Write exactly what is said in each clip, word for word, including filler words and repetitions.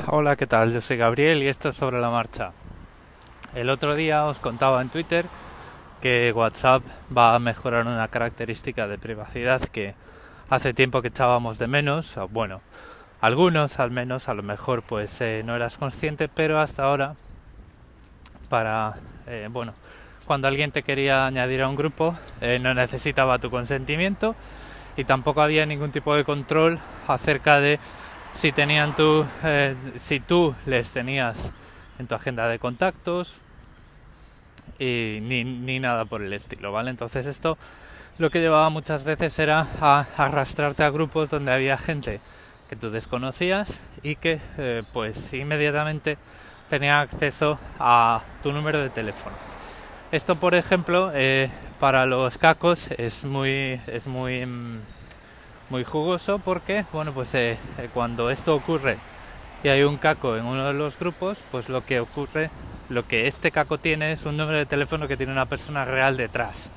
Hola, ¿qué tal? Yo soy Gabriel y esto es Sobre la Marcha. El otro día os contaba en Twitter que WhatsApp va a mejorar una característica de privacidad que hace tiempo que echábamos de menos, o bueno, algunos al menos, a lo mejor pues eh, no eras consciente, pero hasta ahora para, eh, bueno, cuando alguien te quería añadir a un grupo eh, no necesitaba tu consentimiento y tampoco había ningún tipo de control acerca de si tenían tú, eh, si tú les tenías en tu agenda de contactos y ni, ni nada por el estilo, ¿vale? Entonces esto lo que llevaba muchas veces era a arrastrarte a grupos donde había gente que tú desconocías y que eh, pues inmediatamente tenía acceso a tu número de teléfono. Esto, por ejemplo, eh, para los cacos es muy es muy muy jugoso porque, bueno, pues eh, cuando esto ocurre y hay un caco en uno de los grupos, pues lo que ocurre, lo que este caco tiene es un número de teléfono que tiene una persona real detrás.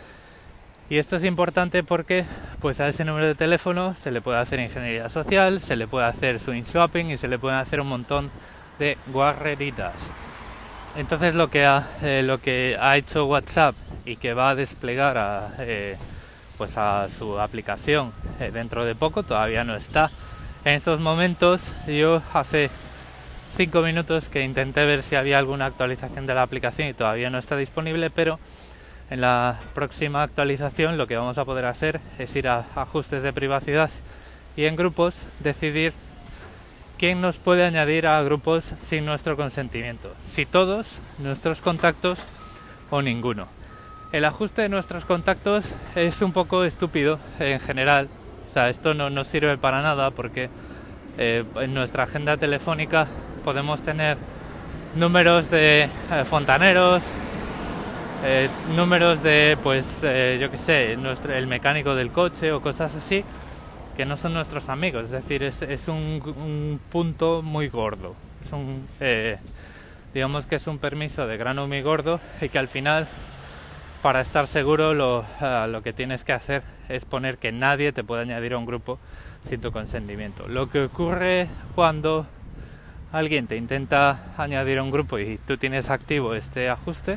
Y esto es importante porque pues a ese número de teléfono se le puede hacer ingeniería social, se le puede hacer swing swapping y se le pueden hacer un montón de guarreritas. Entonces lo que ha, eh, lo que ha hecho WhatsApp y que va a desplegar a, eh, pues a su aplicación eh, dentro de poco, todavía no está en estos momentos. Yo hace cinco minutos que intenté ver si había alguna actualización de la aplicación y todavía no está disponible, pero en la próxima actualización lo que vamos a poder hacer es ir a ajustes de privacidad y en grupos decidir quién nos puede añadir a grupos sin nuestro consentimiento, si todos nuestros contactos o ninguno. El ajuste de nuestros contactos es un poco estúpido en general, o sea, esto no nos sirve para nada porque eh, en nuestra agenda telefónica podemos tener números de eh, fontaneros, eh, números de, pues, eh, yo qué sé, nuestro, el mecánico del coche o cosas así, que no son nuestros amigos, es decir, es, es un, un punto muy gordo, es un, eh, digamos que es un permiso de grano muy gordo y que al final, para estar seguro, lo, uh, lo que tienes que hacer es poner que nadie te puede añadir a un grupo sin tu consentimiento. Lo que ocurre cuando alguien te intenta añadir a un grupo y tú tienes activo este ajuste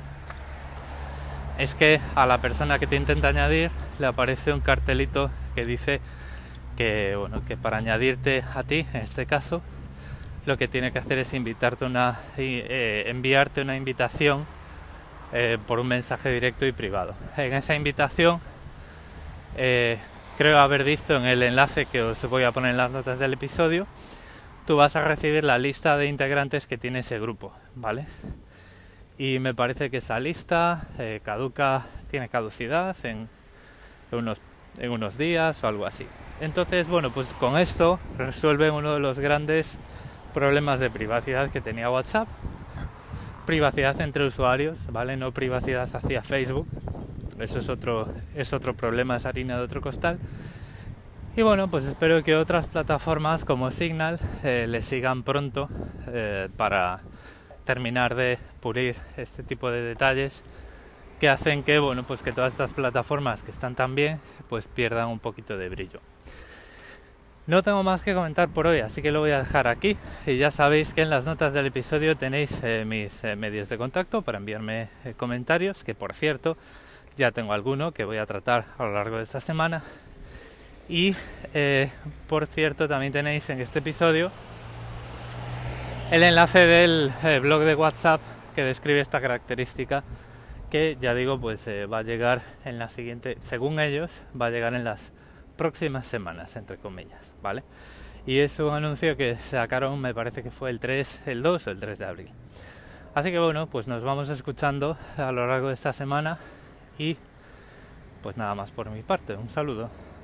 es que a la persona que te intenta añadir le aparece un cartelito que dice que, bueno, que para añadirte a ti, en este caso, lo que tiene que hacer es invitarte una, eh, enviarte una invitación eh, por un mensaje directo y privado. En esa invitación, eh, creo haber visto en el enlace que os voy a poner en las notas del episodio, tú vas a recibir la lista de integrantes que tiene ese grupo, ¿vale? Y me parece que esa lista eh, caduca, tiene caducidad en, en, unos, en unos días o algo así. Entonces, bueno, pues con esto resuelve uno de los grandes problemas de privacidad que tenía WhatsApp. Privacidad entre usuarios, ¿vale? No privacidad hacia Facebook. Eso es otro, es otro problema, es harina de otro costal. Y bueno, pues espero que otras plataformas como Signal eh, les sigan pronto eh, para terminar de pulir este tipo de detalles que hacen que, bueno, pues que todas estas plataformas que están tan bien pues pierdan un poquito de brillo. No tengo más que comentar por hoy, así que lo voy a dejar aquí. Y ya sabéis que en las notas del episodio tenéis eh, mis eh, medios de contacto para enviarme eh, comentarios, que por cierto ya tengo alguno que voy a tratar a lo largo de esta semana. Y eh, por cierto también tenéis en este episodio el enlace del eh, blog de WhatsApp que describe esta característica, que ya digo, pues eh, va a llegar en la siguiente, según ellos, va a llegar en las próximas semanas, entre comillas, ¿vale? Y es un anuncio que sacaron, me parece que fue el tres, el dos o el tres de abril. Así que bueno, pues nos vamos escuchando a lo largo de esta semana y pues nada más por mi parte, un saludo.